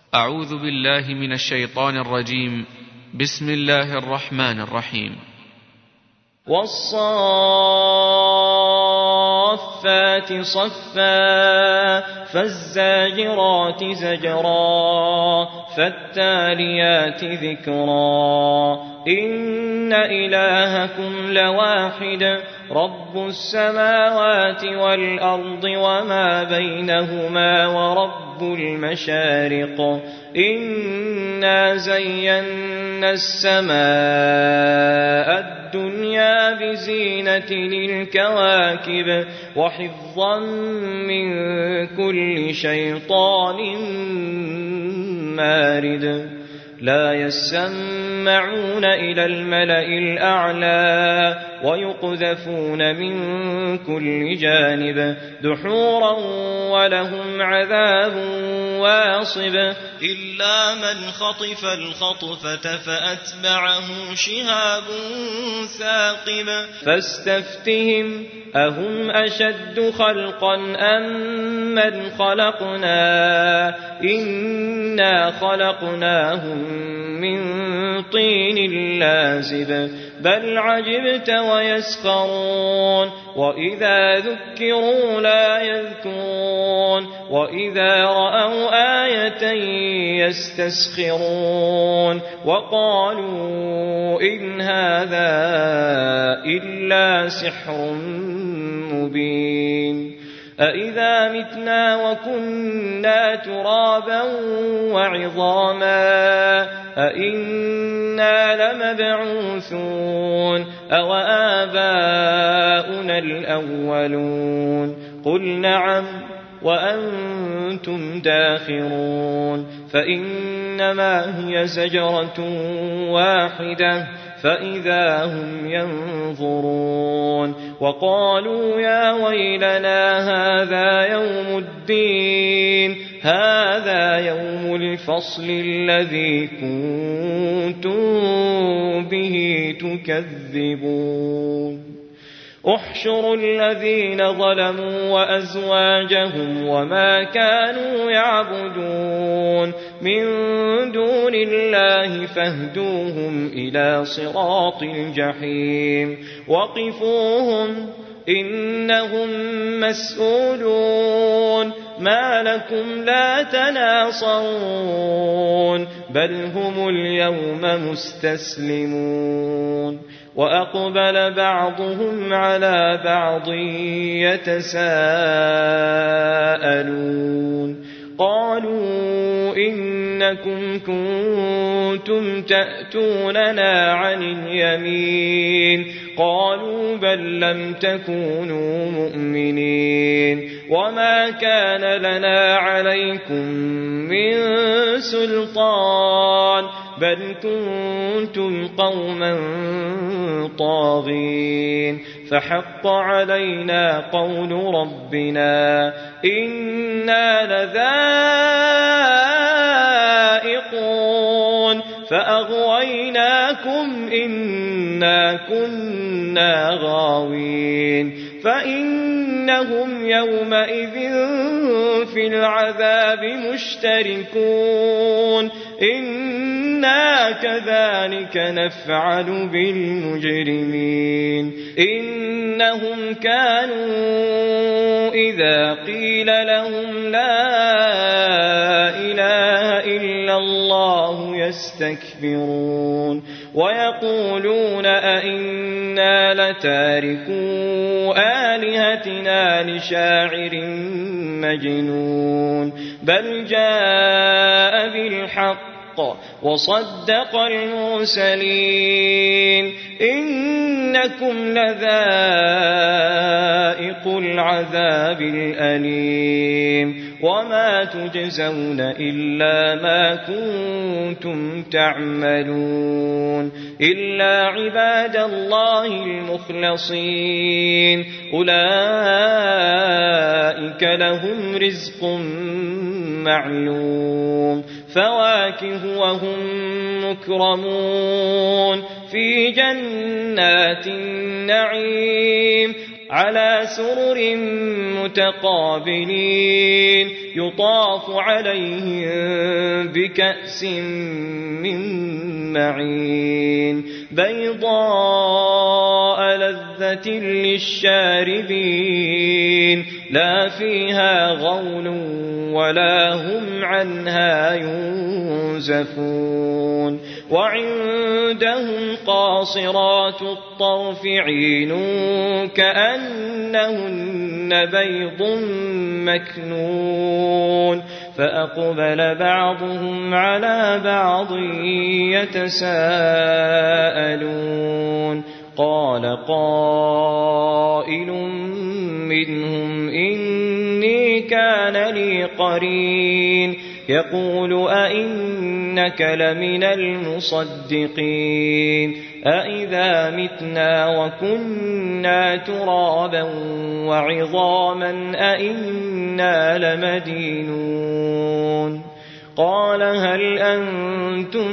أعوذ بالله من الشيطان الرجيم. بسم الله الرحمن الرحيم. والصافات صفا فالزاجرات زجرا فالتاليات ذكرا إن إلهكم لواحد رب السماوات والأرض وما بينهما ورب المشارق إنا زينا السماء الدنيا بزينة للكواكب وحفظا من كل شيطان مارد لا يسمعون إلى الملأ الأعلى ويقذفون من كل جانب دحورا ولهم عذاب واصب إلا من خطف الخطفة فأتبعه شهاب ثاقب فاستفتهم أهم أشد خلقا أم من خلقنا إنا خلقناهم من طين لازب بل عجبت ويسخرون وإذا ذكروا لا يذكرون وإذا رأوا آية يستسخرون وقالوا إن هذا إلا سحر مبين أإذا متنا وكنا ترابا وعظاما أإنا لمبعوثون أو آباؤنا الأولون قل نعم وأنتم داخرون فإنما هي زجرة واحدة فإذا هم ينظرون وقالوا يا ويلنا هذا يوم الدين هذا يوم الفصل الذي كنتم به تكذبون احشروا الذين ظلموا وأزواجهم وما كانوا يعبدون من دون الله فاهدوهم إلى صراط الجحيم وقفوهم إنهم مسؤولون ما لكم لا تناصرون بل هم اليوم مستسلمون وأقبل بعضهم على بعض يتساءلون قالوا إنكم كنتم تأتوننا عن اليمين قالوا بل لم تكونوا مؤمنين وما كان لنا عليكم من سلطان بل كنتم قوما طاغين فحق علينا قول ربنا إنا لذائقون فأغويناكم إنا كنا غاوين فإنهم يومئذ في العذاب مشتركون إنا كذلك نفعل بالمجرمين إنهم كانوا إذا قيل لهم لا إله إلا الله يستكبرون ويقولون أئنا لتاركو آلهتنا لشاعر مجنون بل جاء بالحق وصدق المرسلين إنكم لذائق العذاب الأليم وما تجزون إلا ما كنتم تعملون إلا عباد الله المخلصين أولئك لهم رزق معلوم فواكه وهم مكرمون في جنات النعيم على سرر متقابلين يطاف عليهم بكأس من معين بيضاء لذة للشاربين لا فيها غول ولا هم عنها ينزفون وعندهم قاصرات الطرف عين كأنهن بيض مكنون فأقبل بعضهم على بعض يتساءلون قال قائل منهم إني كان لي قرين يقول أئنك لمن المصدقين أئذا متنا وكنا ترابا وعظاما أئنا لمدينون قال هل أنتم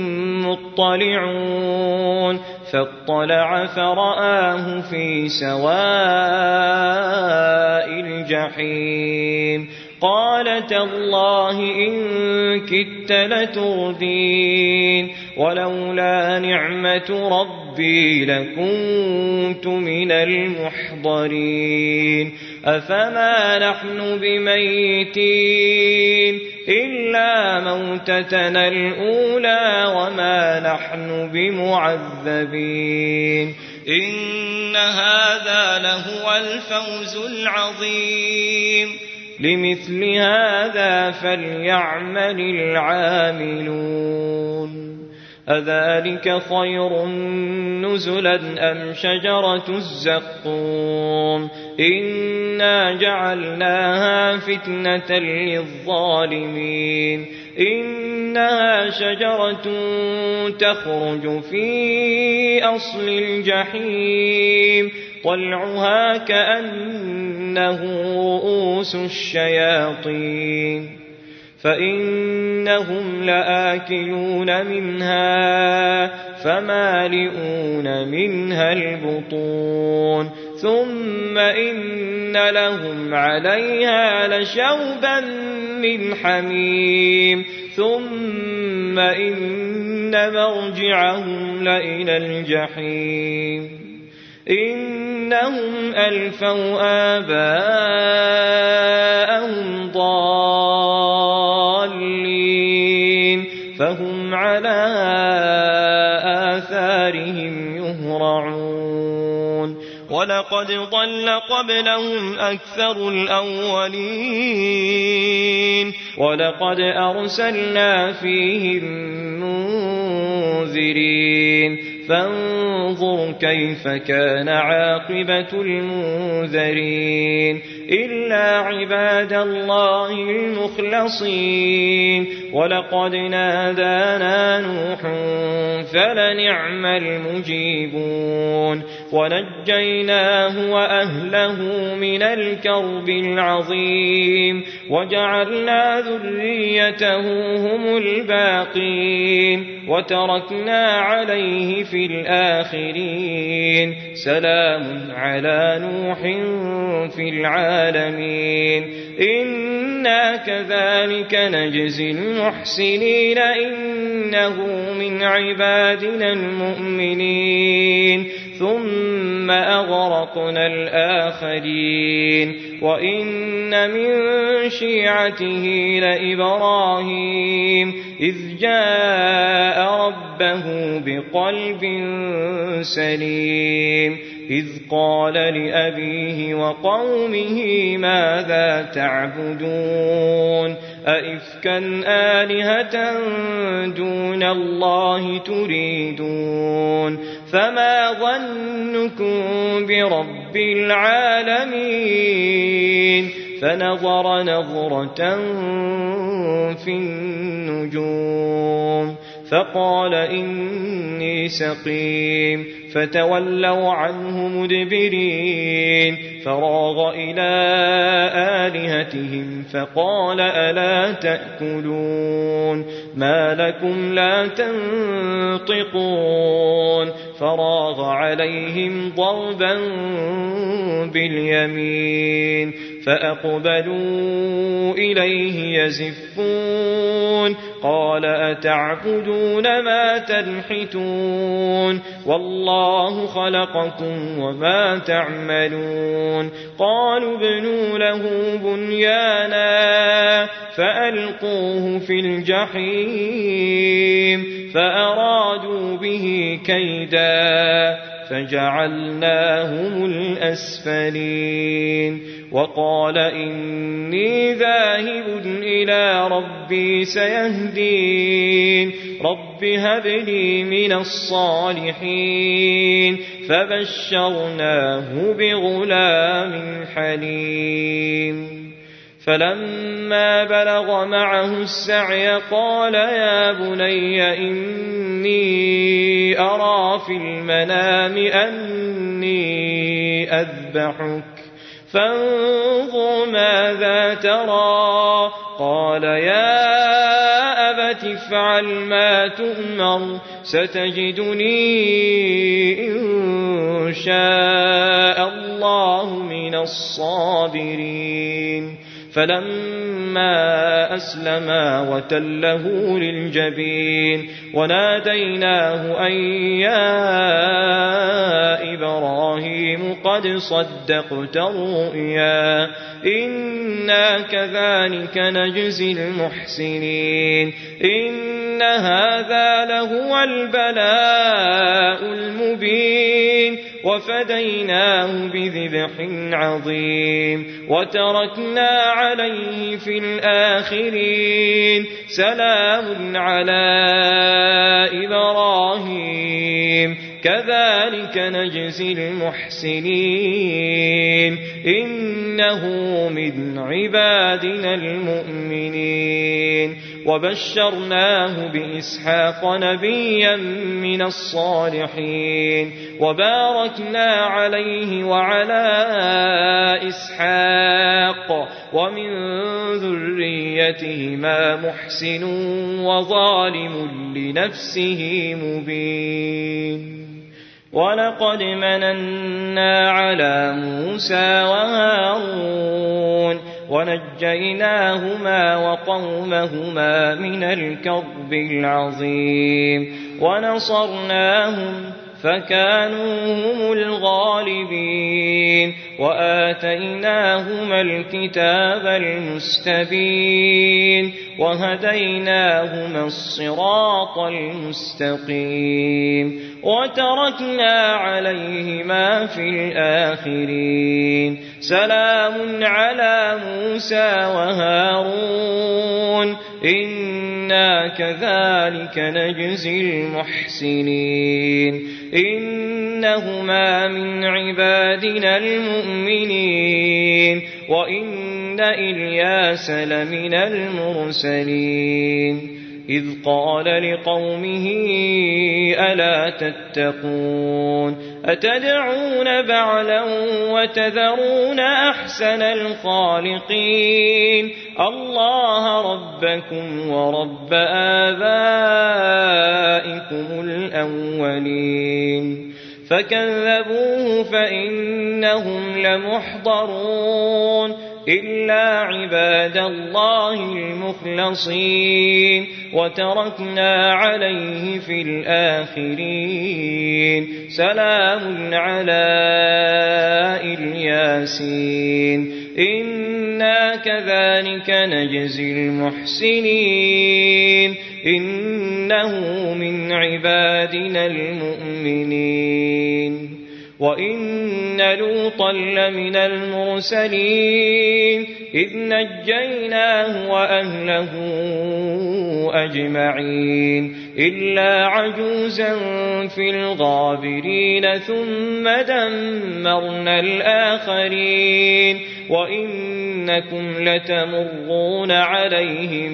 مطلعون فاطلع فرآه في سواء الجحيم قال تالله إن كدت لتردين ولولا نعمة ربي لكنت من المحضرين أفما نحن بميتين إلا موتتنا الأولى وما نحن بمعذبين إن هذا لهو الفوز العظيم لمثل هذا فليعمل العاملون أذلك خير نزلا أم شجرة الزقوم إنا جعلناها فتنة للظالمين إنها شجرة تخرج في أصل الجحيم طلعها كأنه رؤوس الشياطين فإنهم لآكلون منها فمالئون منها البطون ثم إن لهم عليها لشوبا من حميم ثم إن مرجعهم لإلى الجحيم إنهم ألفوا آباءهم ضالين فهم على آثارهم يهرعون ولقد ضل قبلهم أكثر الأولين ولقد أرسلنا فيهم منذرين فانظر كيف كان عاقبة المنذرين إلا عباد الله المخلصين ولقد نادانا نوح فلنعم المجيبون ونجيناه وأهله من الكرب العظيم وجعلنا ذريته هم الباقين وتركنا عليه في الآخرين سلام على نوح في العالمين إنا كذلك نجزي المحسنين إنه من عبادنا المؤمنين ثم أغرقنا الآخرين وإن من شيعته لإبراهيم إذ جاء ربه بقلب سليم إذ قال لأبيه وقومه ماذا تعبدون أئفكا آلهة دون الله تريدون فما ظنكم برب العالمين فنظر نظرة في النجوم فقال إني سقيم فتولوا عنه مدبرين فراغ إلى آلهتهم فقال ألا تأكلون ما لكم لا تنطقون فراغ عليهم ضربا باليمين فأقبلوا إليه يزفون قال أتعبدون ما تنحتون والله خلقكم وما تعملون قالوا ابنوا له بنيانا فألقوه في الجحيم فأرادوا به كيدا فجعلناهم الأسفلين وقال إني ذاهب إلى ربي سيهدين رب هب لي من الصالحين فبشرناه بغلام حليم فلما بلغ معه السعي قال يا بني إني أرى في المنام أني أذبحك فانظر ماذا ترى قال يا أبت افعل ما تؤمر ستجدني إن شاء الله من الصابرين فلما أسلما وتله للجبين وناديناه أن يا إبراهيم قد صدقت الرؤيا إنا كذلك نجزي المحسنين إن هذا لهو البلاء المبين وفديناه بذبح عظيم وتركنا عليه في الآخرين سلام على إبراهيم كذلك نجزي المحسنين إنه من عبادنا المؤمنين وبشرناه بإسحاق نبيا من الصالحين وباركنا عليه وعلى إسحاق ومن ذريتهما محسن وظالم لنفسه مبين ولقد مننا على موسى وهارون ونجيناهما وقومهما من الكرب العظيم ونصرناهم فكانوا هم الغالبين وآتيناهما الكتاب المستبين وهديناهما الصراط المستقيم وتركنا عليهما في الآخرين سلام على موسى وهارون إنا كذلك نجزي المحسنين إنهما من عبادنا المؤمنين وإن إلياس لمن المرسلين إذ قال لقومه ألا تتقون أتدعون بعلا وتذرون أحسن الخالقين الله ربكم ورب آبائكم الأولين فكذبوه فإنهم لمحضرون إلا عباد الله المخلصين وتركنا عليه في الآخرين سلام على الياسين إنا كذلك نجزي المحسنين إنه من عبادنا المؤمنين وإن لوطا لمن المرسلين إذ نجيناه وأهله أجمعين إلا عجوزا في الغابرين ثم دمرنا الآخرين وإنكم لتمرون عليهم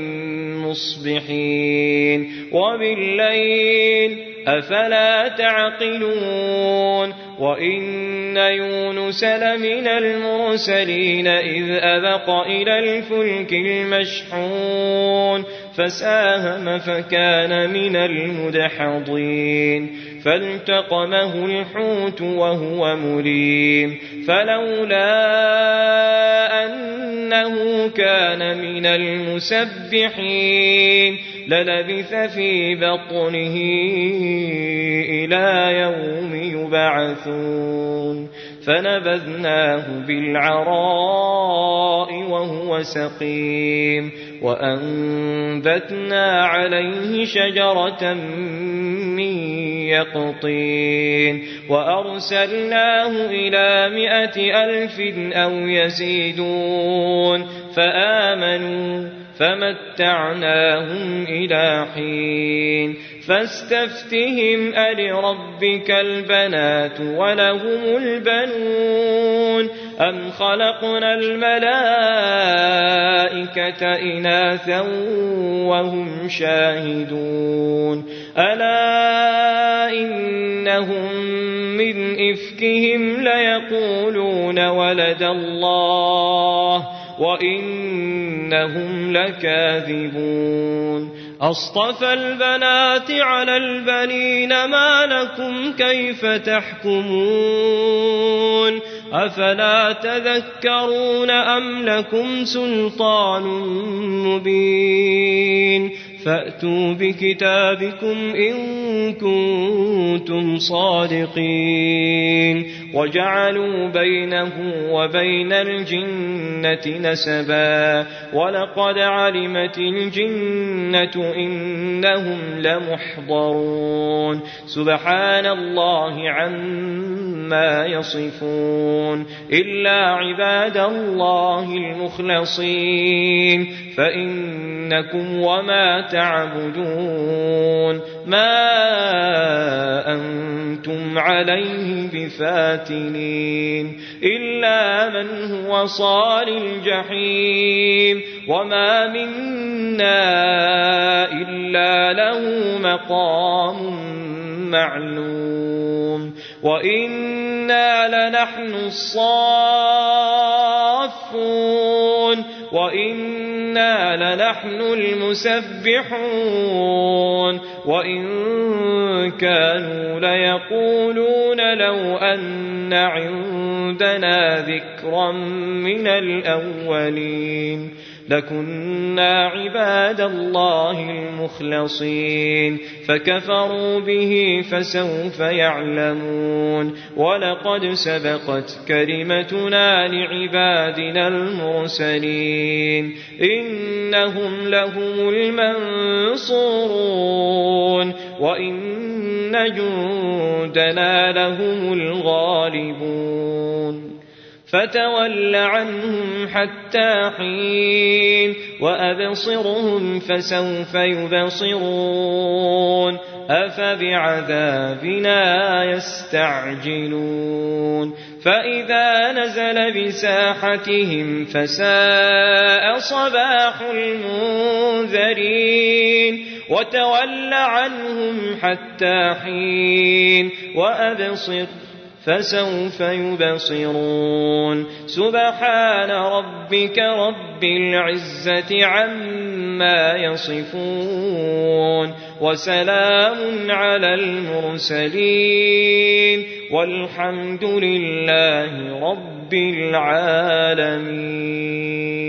مصبحين وبالليل أفلا تعقلون وإن يونس لمن المرسلين إذ أبق إلى الفلك المشحون فساهم فكان من المدحضين فالتقمه الحوت وهو مليم فلولا أن إنه كان من المسبحين للبث في بطنه إلى يوم يبعثون فنبذناه بالعراء وهو سقيم وأنبتنا عليه شجرة من يقطين وأرسلناه إلى 100,000 أو يزيدون فآمنوا فمتعناهم إلى حين فاستفتهم ألربك البنات ولهم البنون أم خلقنا الملائكة إناثا وهم شاهدون ألا إنهم من إفكهم ليقولون ولد الله وإنهم لكاذبون أصطفى البنات على البنين ما لكم كيف تحكمون أفلا تذكرون أم لكم سلطان مبين فأتوا بكتابكم إن كنتم صادقين وجعلوا بينه وبين الجنة نسبا ولقد علمت الجنة إنهم لمحضرون سبحان الله عما يصفون إلا عباد الله المخلصين فإنكم وما تعبدون ما أنتم عليه بفاتنين إلا من هو صال الجحيم وما منا إلا له مقام معلوم وإنا لنحن الصافون وإنا لنحن المسبحون وإن كانوا ليقولون لو أن عندنا ذكرا من الأولين لكنا عباد الله المخلصين فكفروا به فسوف يعلمون ولقد سبقت كلمتنا لعبادنا المرسلين إنهم لهم المنصورون وإن جندنا لهم الغالبون فتول عنهم حتى حين وأبصرهم فسوف يبصرون أفبعذابنا يستعجلون فإذا نزل بساحتهم فساء صباح المنذرين وتول عنهم حتى حين وأبصر فسوف يبصرون سبحان ربك رب العزة عما يصفون وسلام على المرسلين والحمد لله رب العالمين.